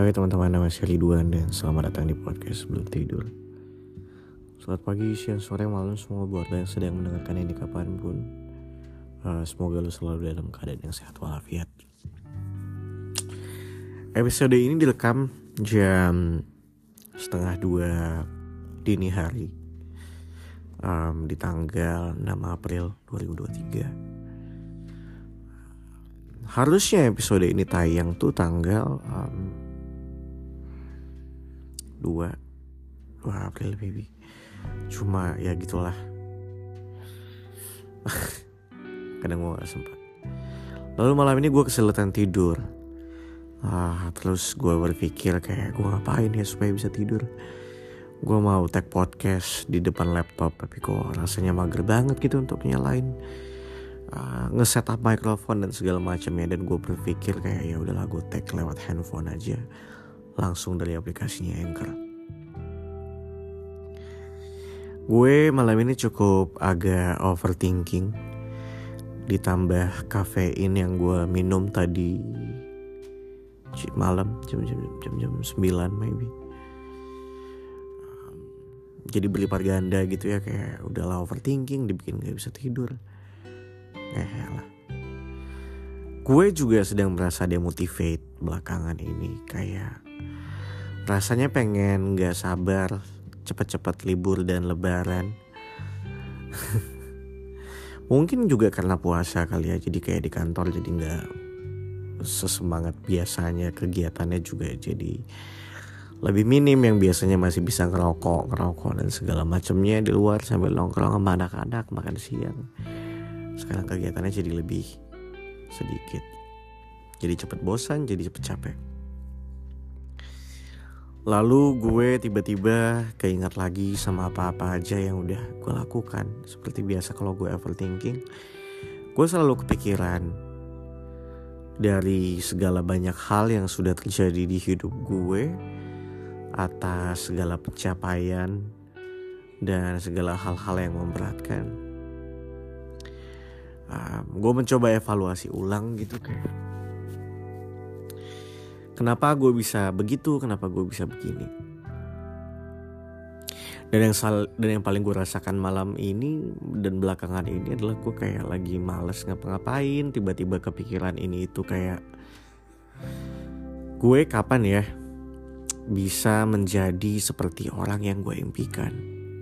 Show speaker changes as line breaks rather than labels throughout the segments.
Hai teman-teman, nama saya Ridwan dan selamat datang di podcast Sebelum Tidur. Selamat pagi, siang, sore, malam semua buat lo yang sedang mendengarkan ini kapanpun. Semoga lo selalu dalam keadaan yang sehat walafiat. Episode ini direkam jam 1:30 dini hari, di tanggal 6 April 2023. Harusnya episode ini tayang tuh tanggal 2 April maybe. Cuma ya gitulah. Kadang gue gak sempat. Lalu malam ini gue kesulitan tidur. Terus gue berpikir kayak gue ngapain ya supaya bisa tidur. Gue mau tag podcast di depan laptop, tapi kok rasanya mager banget gitu untuk nyalain nge-setup mikrofon dan segala macamnya. Dan gue berpikir kayak ya udahlah gue tag lewat handphone aja, langsung dari aplikasinya Anchor. Gue malam ini cukup agak overthinking, ditambah kafein yang gue minum tadi malam jam 9 maybe. Jadi berlipat ganda gitu ya, kayak udahlah overthinking dibikin gak bisa tidur. Lah. Gue juga sedang merasa demotivate belakangan ini, kayak rasanya pengen gak sabar cepat-cepat libur dan lebaran. Mungkin juga karena puasa kali ya, jadi kayak di kantor jadi gak sesemangat biasanya, kegiatannya juga jadi lebih minim. Yang biasanya masih bisa ngerokok dan segala macamnya di luar sambil nongkrong sama anak-anak makan siang, sekarang kegiatannya jadi lebih sedikit. Jadi cepet bosan, jadi cepet capek. Lalu gue tiba-tiba keingat lagi sama apa-apa aja yang udah gue lakukan. Seperti biasa kalau gue overthinking, gue selalu kepikiran dari segala banyak hal yang sudah terjadi di hidup gue, atas segala pencapaian dan segala hal-hal yang memberatkan. Gue mencoba evaluasi ulang gitu, kayak kenapa gue bisa begitu, kenapa gue bisa begini. Dan yang paling gue rasakan malam ini dan belakangan ini adalah gue kayak lagi males ngapa-ngapain. Tiba-tiba kepikiran ini itu, kayak gue kapan ya bisa menjadi seperti orang yang gue impikan,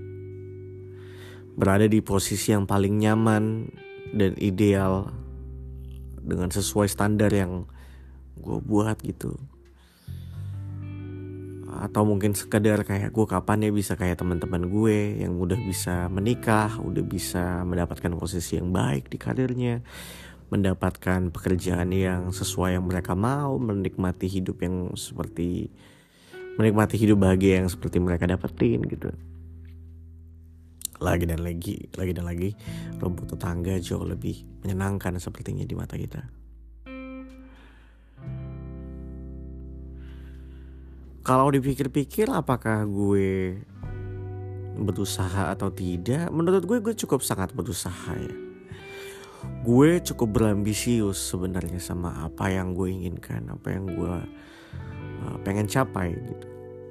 berada di posisi yang paling nyaman dan ideal dengan sesuai standar yang gue buat gitu. Atau mungkin sekedar kayak gue kapan ya bisa kayak teman-teman gue yang udah bisa menikah, udah bisa mendapatkan posisi yang baik di karirnya, mendapatkan pekerjaan yang sesuai yang mereka mau, menikmati hidup bahagia yang seperti mereka dapetin gitu. Lagi dan lagi rumput tetangga jauh lebih menyenangkan sepertinya di mata kita. Kalau dipikir-pikir apakah gue berusaha atau tidak, menurut gue cukup sangat berusaha ya. Gue cukup berambisius sebenarnya sama apa yang gue inginkan, apa yang gue pengen capai gitu.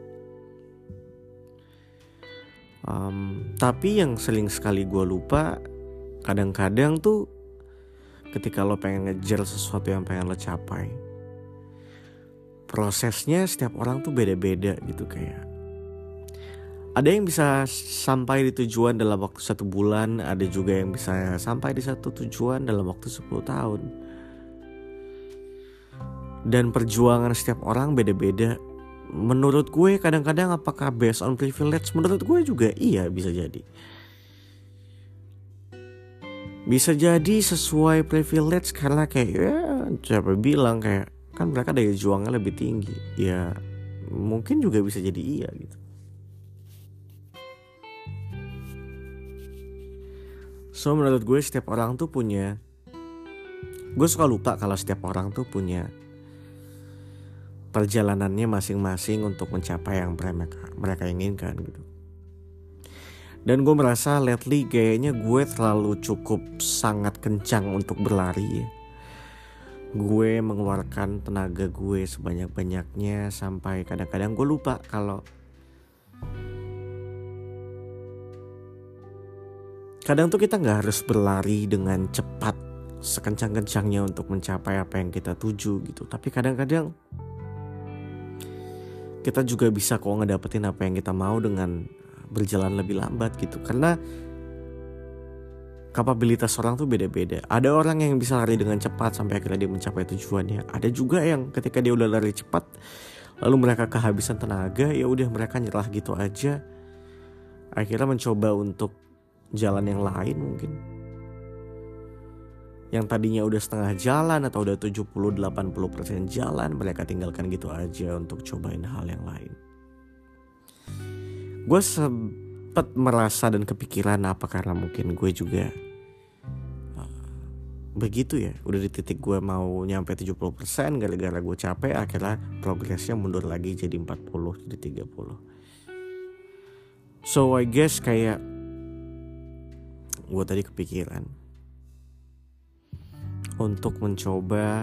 Tapi yang sering sekali gue lupa, kadang-kadang tuh ketika lo pengen ngejar sesuatu yang pengen lo capai, prosesnya setiap orang tuh beda-beda gitu. Kayak ada yang bisa sampai di tujuan dalam waktu 1 bulan, ada juga yang bisa sampai di satu tujuan dalam waktu 10 tahun. Dan perjuangan setiap orang beda-beda. Menurut gue kadang-kadang apakah based on privilege? Menurut gue juga iya, bisa jadi. Bisa jadi sesuai privilege karena kayak siapa bilang kayak kan mereka daya juangnya lebih tinggi. Ya mungkin juga bisa jadi iya gitu. So menurut gue setiap orang tuh punya, gue suka lupa kalau setiap orang tuh punya perjalanannya masing-masing untuk mencapai yang mereka inginkan gitu. Dan gue merasa lately kayaknya gue terlalu cukup sangat kencang untuk berlari ya. gue mengeluarkan tenaga gue sebanyak-banyaknya sampai kadang-kadang gue lupa kalau kadang tuh kita gak harus berlari dengan cepat sekencang-kencangnya untuk mencapai apa yang kita tuju gitu. Tapi kadang-kadang kita juga bisa kok ngedapetin apa yang kita mau dengan berjalan lebih lambat gitu. Karena kapabilitas orang tuh beda-beda. Ada orang yang bisa lari dengan cepat sampai akhirnya dia mencapai tujuannya. Ada juga yang ketika dia udah lari cepat lalu mereka kehabisan tenaga, ya udah mereka nyerah gitu aja. Akhirnya mencoba untuk jalan yang lain mungkin. Yang tadinya udah setengah jalan atau udah 70-80% jalan, mereka tinggalkan gitu aja untuk cobain hal yang lain. Gue sempet merasa dan kepikiran apa karena mungkin gue juga begitu ya, udah di titik gue mau nyampe 70%, gara-gara gue capek akhirnya progresnya mundur lagi jadi 40, jadi 30. So I guess kayak gue tadi kepikiran untuk mencoba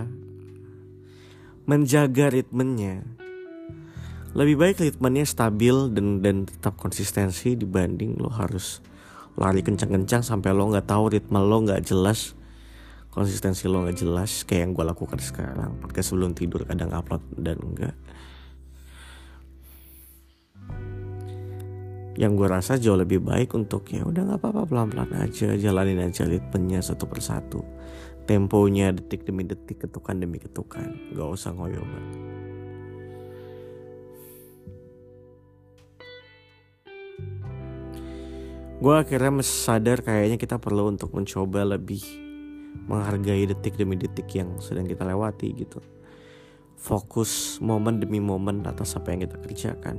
menjaga ritmenya. Lebih baik ritmenya stabil dan tetap konsistensi dibanding lo harus lari kencang-kencang sampai lo gak tahu ritme lo gak jelas, konsistensi lo gak jelas, kayak yang gue lakukan sekarang. Podcast sebelum tidur kadang upload dan enggak. Yang gue rasa jauh lebih baik untuk ya udah gak apa-apa, pelan-pelan aja, jalanin aja ritmenya satu persatu. Temponya detik demi detik, ketukan demi ketukan, gak usah ngoyo banget. Gue akhirnya sadar kayaknya kita perlu untuk mencoba lebih menghargai detik demi detik yang sedang kita lewati gitu. Fokus momen demi momen atas apa yang kita kerjakan,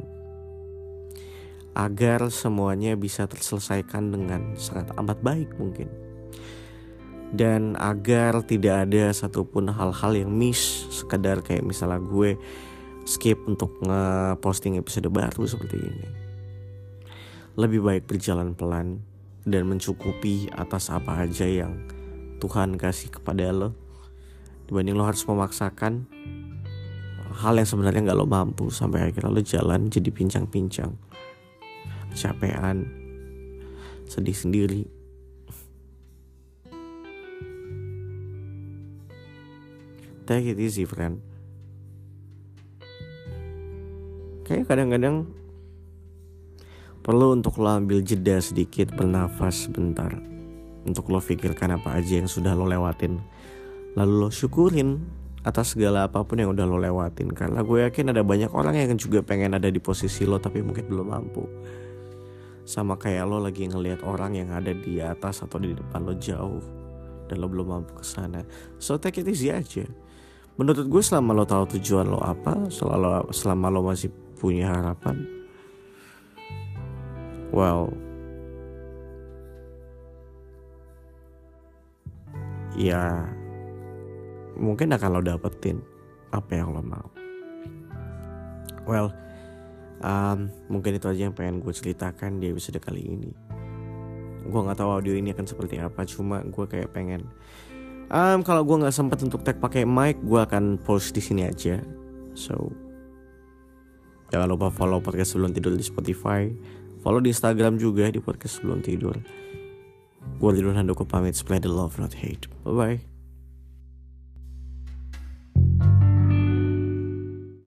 agar semuanya bisa terselesaikan dengan sangat amat baik mungkin. Dan agar tidak ada satupun hal-hal yang miss, sekadar kayak misalnya gue skip untuk nge-posting episode baru seperti ini. Lebih baik berjalan pelan dan mencukupi atas apa aja yang Tuhan kasih kepada lo, dibanding lo harus memaksakan hal yang sebenarnya gak lo mampu sampai akhirnya lo jalan jadi pincang-pincang, kecapean, sedih sendiri. Take it easy, friend. Kayak kadang-kadang perlu untuk lo ambil jeda sedikit, bernafas sebentar, untuk lo pikirkan apa aja yang sudah lo lewatin, lalu lo syukurin atas segala apapun yang udah lo lewatin. Karena gue yakin ada banyak orang yang juga pengen ada di posisi lo tapi mungkin belum mampu. Sama kayak lo lagi ngelihat orang yang ada di atas atau di depan lo jauh dan lo belum mampu kesana. So take it easy aja. Menurut gue selama lo tahu tujuan lo apa, selama lo masih punya harapan, well, ya mungkin akan lo dapetin apa yang lo mau. Well, mungkin itu aja yang pengen gue ceritakan di episode kali ini. Gue nggak tahu audio ini akan seperti apa, cuma gue kayak pengen kalau gue nggak sempat untuk tag pakai mic, gue akan post di sini aja. So jangan lupa follow podcast sebelum tidur di Spotify, follow di Instagram juga di podcast sebelum tidur. Gue Ridwan Handoko pamit, spread the love not hate. Bye bye.